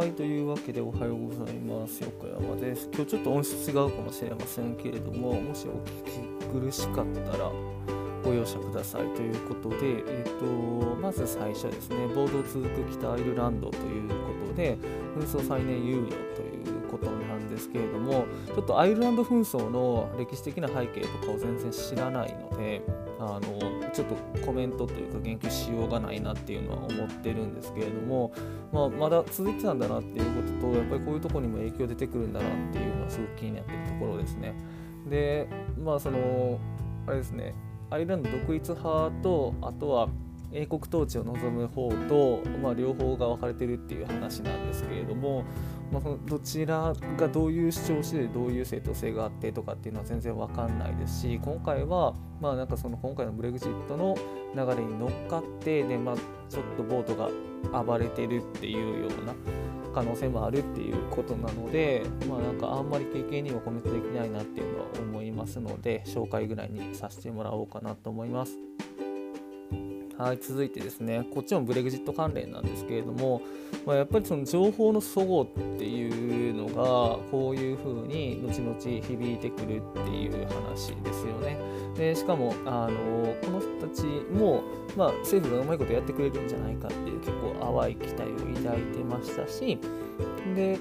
はいというわけでおはようございます。横山です。今日ちょっと音質違うかもしれませんけれども、もしお聞き苦しかったらご容赦くださいということで、まず最初ですね、暴動続く北アイルランドということで、紛争再燃猶予ということなんですけれども、ちょっとアイルランド紛争の歴史的な背景とかを全然知らないので、ちょっとコメントというか言及しようがないなっていうのは思ってるんですけれども、まだ続いてたんだなっていうことと、やっぱりこういうところにも影響出てくるんだなっていうのはすごく気になってるところですね。で、あれですね、アイルランド独立派と、あとは英国統治を望む方と、両方が分かれてるっていう話なんですけれども、そのどちらがどういう主張をしてどういう正当性があってとかっていうのは全然分かんないですし、今回は今回のブレグジットの流れに乗っかってで、ちょっとボートが暴れてるっていうような可能性もあるっていうことなので、あんまり経験にはコメントできないなっていうのは思いますので、紹介ぐらいにさせてもらおうかなと思います。はい、続いてですね、こっちもブレグジット関連なんですけれども、やっぱりその情報の齟齬っていうのがこういうふうに後々響いてくるっていう話ですよね。でしかもこの人たちも、政府がうまいことやってくれるんじゃないかっていう結構淡い期待を抱いてましたし、で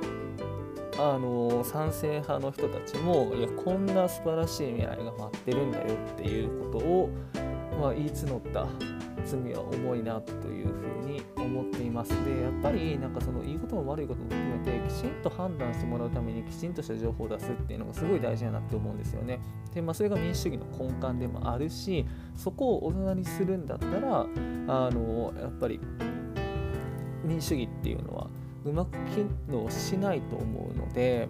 賛成派の人たちもこんな素晴らしい未来が待ってるんだよっていうことを言い募った罪は重いなというふうに思っています。でやっぱりそのいいことも悪いことも含めてきちんと判断してもらうためにきちんとした情報を出すっていうのがすごい大事だなって思うんですよね。で、それが民主主義の根幹でもあるし、そこを大人にするんだったらやっぱり民主主義っていうのはうまく機能しないと思うので、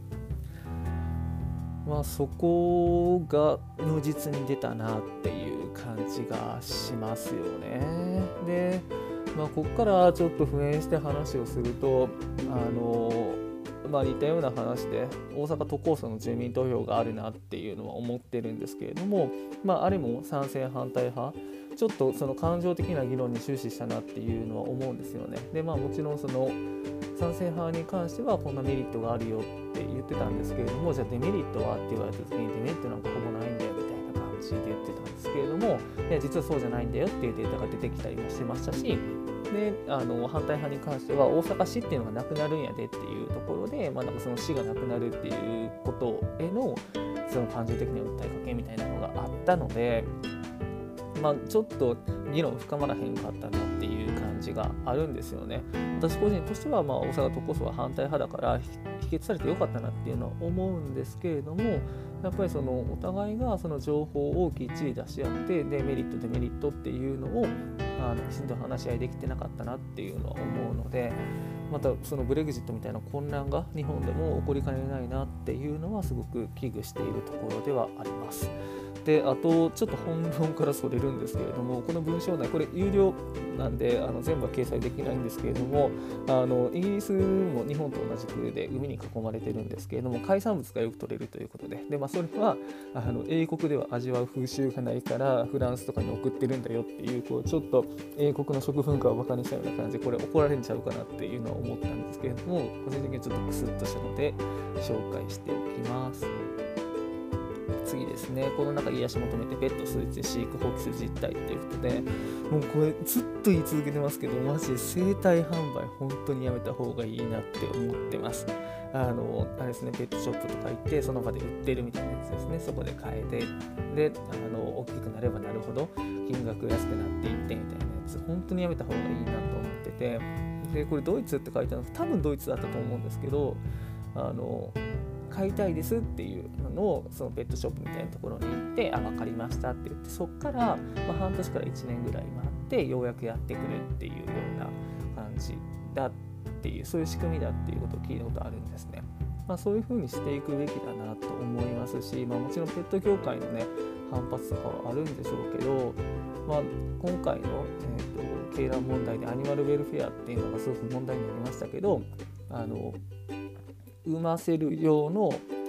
そこが如実に出たなっていう感じがしますよね。で、ここからちょっと付縁して話をすると、似たような話で大阪都構想の住民投票があるなっていうのは思ってるんですけれども、あれも賛成反対派ちょっとその感情的な議論に終始したなっていうのは思うんですよね。でもちろんその賛成派に関してはこんなメリットがあるよって言ってたんですけれども、じゃあデメリットはって言われた時にデメリットなんかほぼないんだよみたいな感じで言ってたんですけれども、いや実はそうじゃないんだよっていうデータが出てきたりもしてましたし、で反対派に関しては大阪市っていうのがなくなるんやでっていうところで、その市がなくなるっていうことへのその感情的な訴えかけみたいなのがあったので、ちょっと議論深まらへんかったなっていう感じがあるんですよね。私個人としては大阪都構想は反対派だから否決されてよかったなっていうのは思うんですけれども、やっぱりそのお互いがその情報をきっちり出し合ってでメリットデメリットっていうのをきちんと話し合いできてなかったなっていうのは思うので、またそのブレグジットみたいな混乱が日本でも起こりかねないなっていうのはすごく危惧しているところではあります。で、あとちょっと本論からそれるんですけれども、この文章内これ有料なんで全部は掲載できないんですけれども、イギリスも日本と同じくで海に囲まれてるんですけれども、海産物がよく取れるということで、それは英国では味わう風習がないからフランスとかに送ってるんだよっていう、ちょっと英国の食文化をバカにしたような感じでこれ怒られちゃうかなっていうのは思ったんですけれども、個人的にちょっとクスッとしたので紹介しておきます。次ですね、この中癒し求めてペット数値で飼育放棄する実態ということで、もうこれずっと言い続けてますけど、マジで生体販売本当にやめた方がいいなって思ってます。あれですね、ペットショップとか行ってその場で売ってるみたいなやつですね。そこで買えて、で大きくなればなるほど金額安くなっていってみたいなやつ本当にやめた方がいいなと思ってて、でこれドイツって書いてあるの多分ドイツだったと思うんですけど、買いたいですっていうのをそのペットショップみたいなところに行って分かりましたって言って、そこから、半年から1年ぐらい待ってようやくやってくるっていうような感じだっていう、そういう仕組みだっていうことを聞いたことあるんですね。そういうふうにしていくべきだなと思いますし、もちろんペット業界のね反発とかはあるんでしょうけど、今回の、鶏卵問題でアニマルウェルフェアっていうのがすごく問題になりましたけど、産ませる用の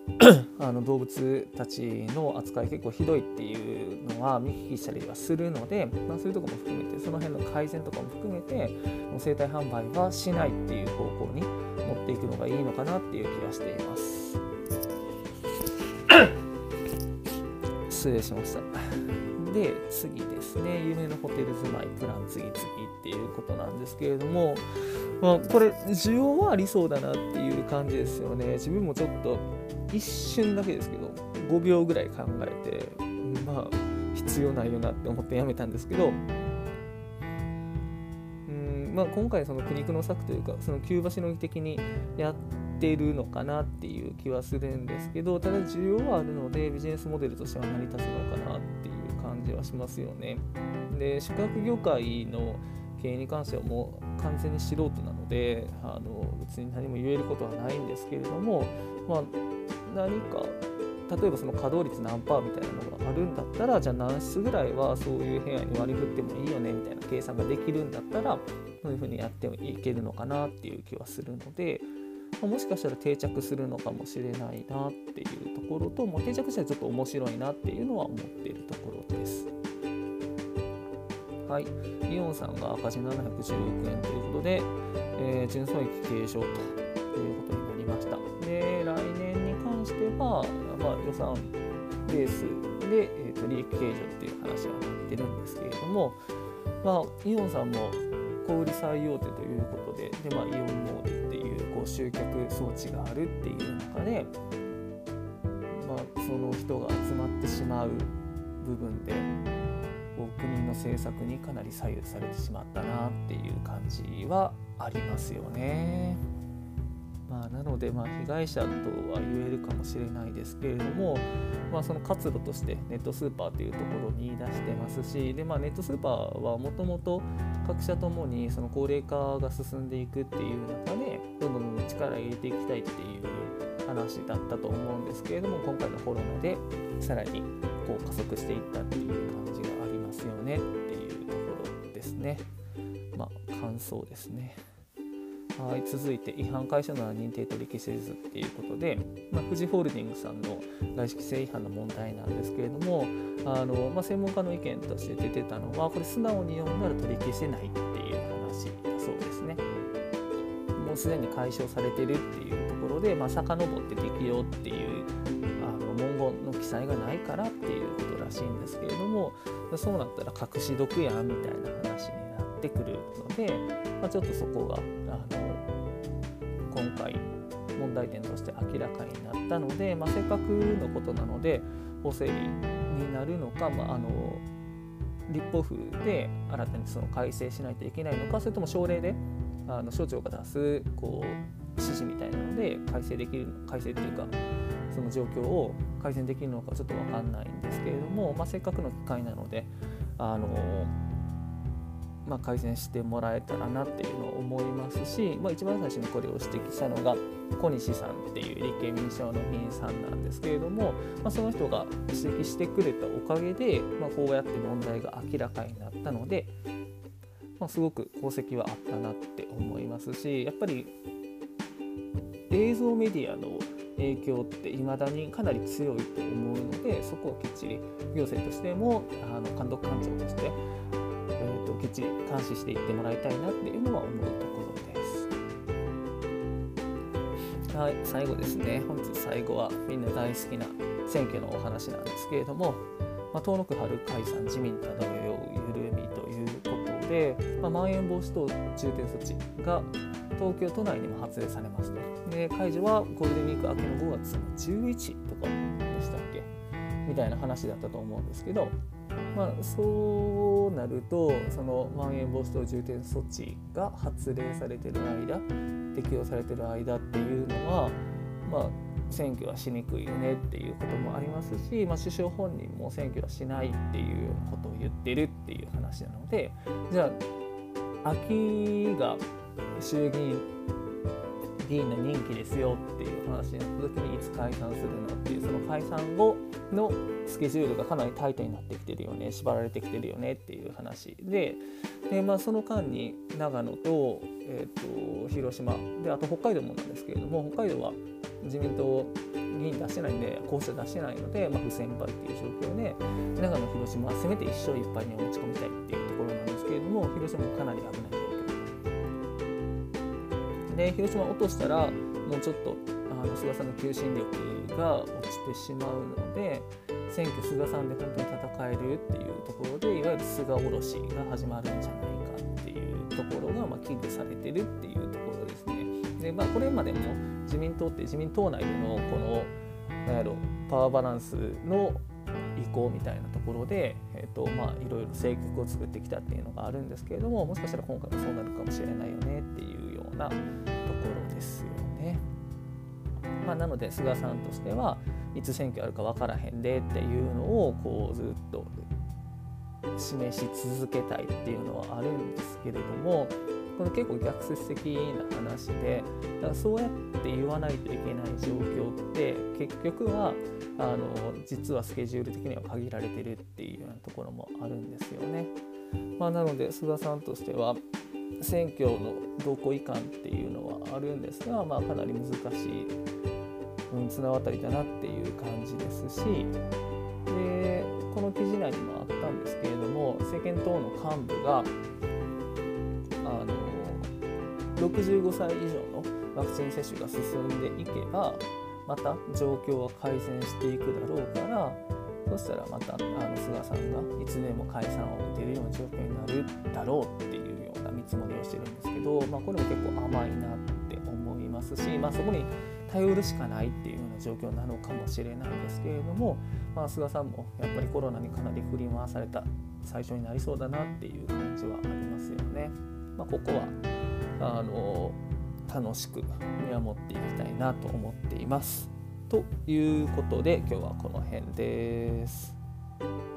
動物たちの扱い結構ひどいっていうのは見聞きしたりはするので、そういうところも含めてその辺の改善とかも含めて生体販売はしないっていう方向に持っていくのがいいのかなっていう気がしています。失礼しました。で次ですね、夢のホテル住まいプラン次々っていうことなんですけれども、これ需要はありそうだなっていう感じですよね。自分もちょっと一瞬だけですけど5秒ぐらい考えて、必要ないよなって思ってやめたんですけど、今回その苦肉の策というかその急場しのぎ的にやってるのかなっていう気はするんですけど、ただ需要はあるのでビジネスモデルとしては成り立つのかなっていう感じはしますよね。で宿泊業界の経営に関してはもう完全に素人なので別に何も言えることはないんですけれども、何か例えばその稼働率何パーみたいなのがあるんだったら、じゃあ何室ぐらいはそういう部屋に割り振ってもいいよねみたいな計算ができるんだったらそういうふうにやっていけるのかなっていう気はするので、もしかしたら定着するのかもしれないなっていうところと、定着したらちょっと面白いなっていうのは思っているところです。はい、イオンさんが赤字710億円ということで、純損益計上ということになりました。で来年に関しては、予算ベースで、利益計上っていう話はなってるんですけれども、イオンさんも小売最大手ということで、イオンモールっていう集客装置があるっていう中で、その人が集まってしまう部分で国の政策にかなり左右されてしまったなっていう感じはありますよね。なので被害者とは言えるかもしれないですけれども、その活路としてネットスーパーというところを見出してますし、で、ネットスーパーはもともと各社ともにその高齢化が進んでいくっていう中でどんどん力を入れていきたいっていう話だったと思うんですけれども、今回のコロナでさらに加速していったっていう感じがありますよねっていうところですね。感想ですね。はい、続いて違反会社なら認定取引せずっていうことで、富士ホールディングスさんの外資規制違反の問題なんですけれども、専門家の意見として出てたのは、これ素直に読んだら取り消せないっていう話だそうですね。もうすでに解消されてるっていうところで、遡って適用っていう文言の記載がないからっていうことらしいんですけれども、そうなったら隠し読やんみたいな話になってくるので、ちょっとそこが今回問題点として明らかになったので、せっかくのことなので法整備になるのか、立法府で新たにその改正しないといけないのか、それとも省令で省庁が出す指示みたいなので改正っていうかその状況を改善できるのかちょっと分かんないんですけれども、せっかくの機会なので改善してもらえたらなっていうのを思いますし、一番最初にこれを指摘したのが小西さんっていう立憲民主党の議員さんなんですけれども、その人が指摘してくれたおかげで、こうやって問題が明らかになったので、すごく功績はあったなって思いますし、やっぱり映像メディアの影響って未だにかなり強いと思うので、そこをきっちり行政としても監督官庁としてきっちり監視していってもらいたいなっていうのは思うところです。はい、最後ですね。本日最後はみんな大好きな選挙のお話なんですけれども、登録春解散自民漂う緩みということで、まん延防止等重点措置が東京都内にも発令されますと。で解除はゴールデンウィーク明けの5月の11とかでしたっけみたいな話だったと思うんですけど、そうなるとそのまん延防止等重点措置が発令されている間、適用されている間っていうのは、選挙はしにくいよねっていうこともありますし、首相本人も選挙はしないっていうようなことを言ってるっていう話なので、じゃあ秋が衆議院議員の任期ですよっていう話になった時にいつ解散するのっていう、その解散後のスケジュールがかなりタイトになってきてるよね、縛られてきてるよねっていう話で、その間に長野と、広島で、あと北海道もなんですけれども、北海道は自民党議員出してないんで、候補者出してないので、不戦敗っていう状況で、長野、広島はせめて1勝1敗に持ち込みたいっていうところなんですけれども、広島もかなり危ない状況で、広島を落としたらもうちょっと菅さんの求心力が落ちてしまうので、選挙菅さんで本当に戦えるっていうところで、いわゆる菅おろしが始まるんじゃないかっていうところが危惧されてるっていうところですね。で、これまでも自民党って自民党内でのこのパワーバランスの移行みたいなところで、いろいろ政局を作ってきたっていうのがあるんですけれども、もしかしたら今回もそうなるかもしれないよねっていうようなところですよね。なので菅さんとしてはいつ選挙あるか分からへんでっていうのをこうずっと示し続けたいっていうのはあるんですけれども、これ結構逆説的な話で、だからそうやって言わないといけない状況って結局は実はスケジュール的には限られてるっていうようなところもあるんですよね。なので菅さんとしては選挙の動向いかんっていうのはあるんですが、かなり難しい綱渡りだなっていう感じですし、でこの記事内にもあったんですけれども、政権党の幹部が65歳以上のワクチン接種が進んでいけばまた状況は改善していくだろうから、そしたらまた菅さんがいつでも解散を打てるような状況になるだろうっていうような見積もりをしてるんですけど、これも結構甘いなって思いますし、そこに頼るしかないっていうような状況なのかもしれないですけれども、菅さんもやっぱりコロナにかなり振り回された最初になりそうだなっていう感じはありますよね。ここは楽しく見守っていきたいなと思っています。ということで今日はこの辺です。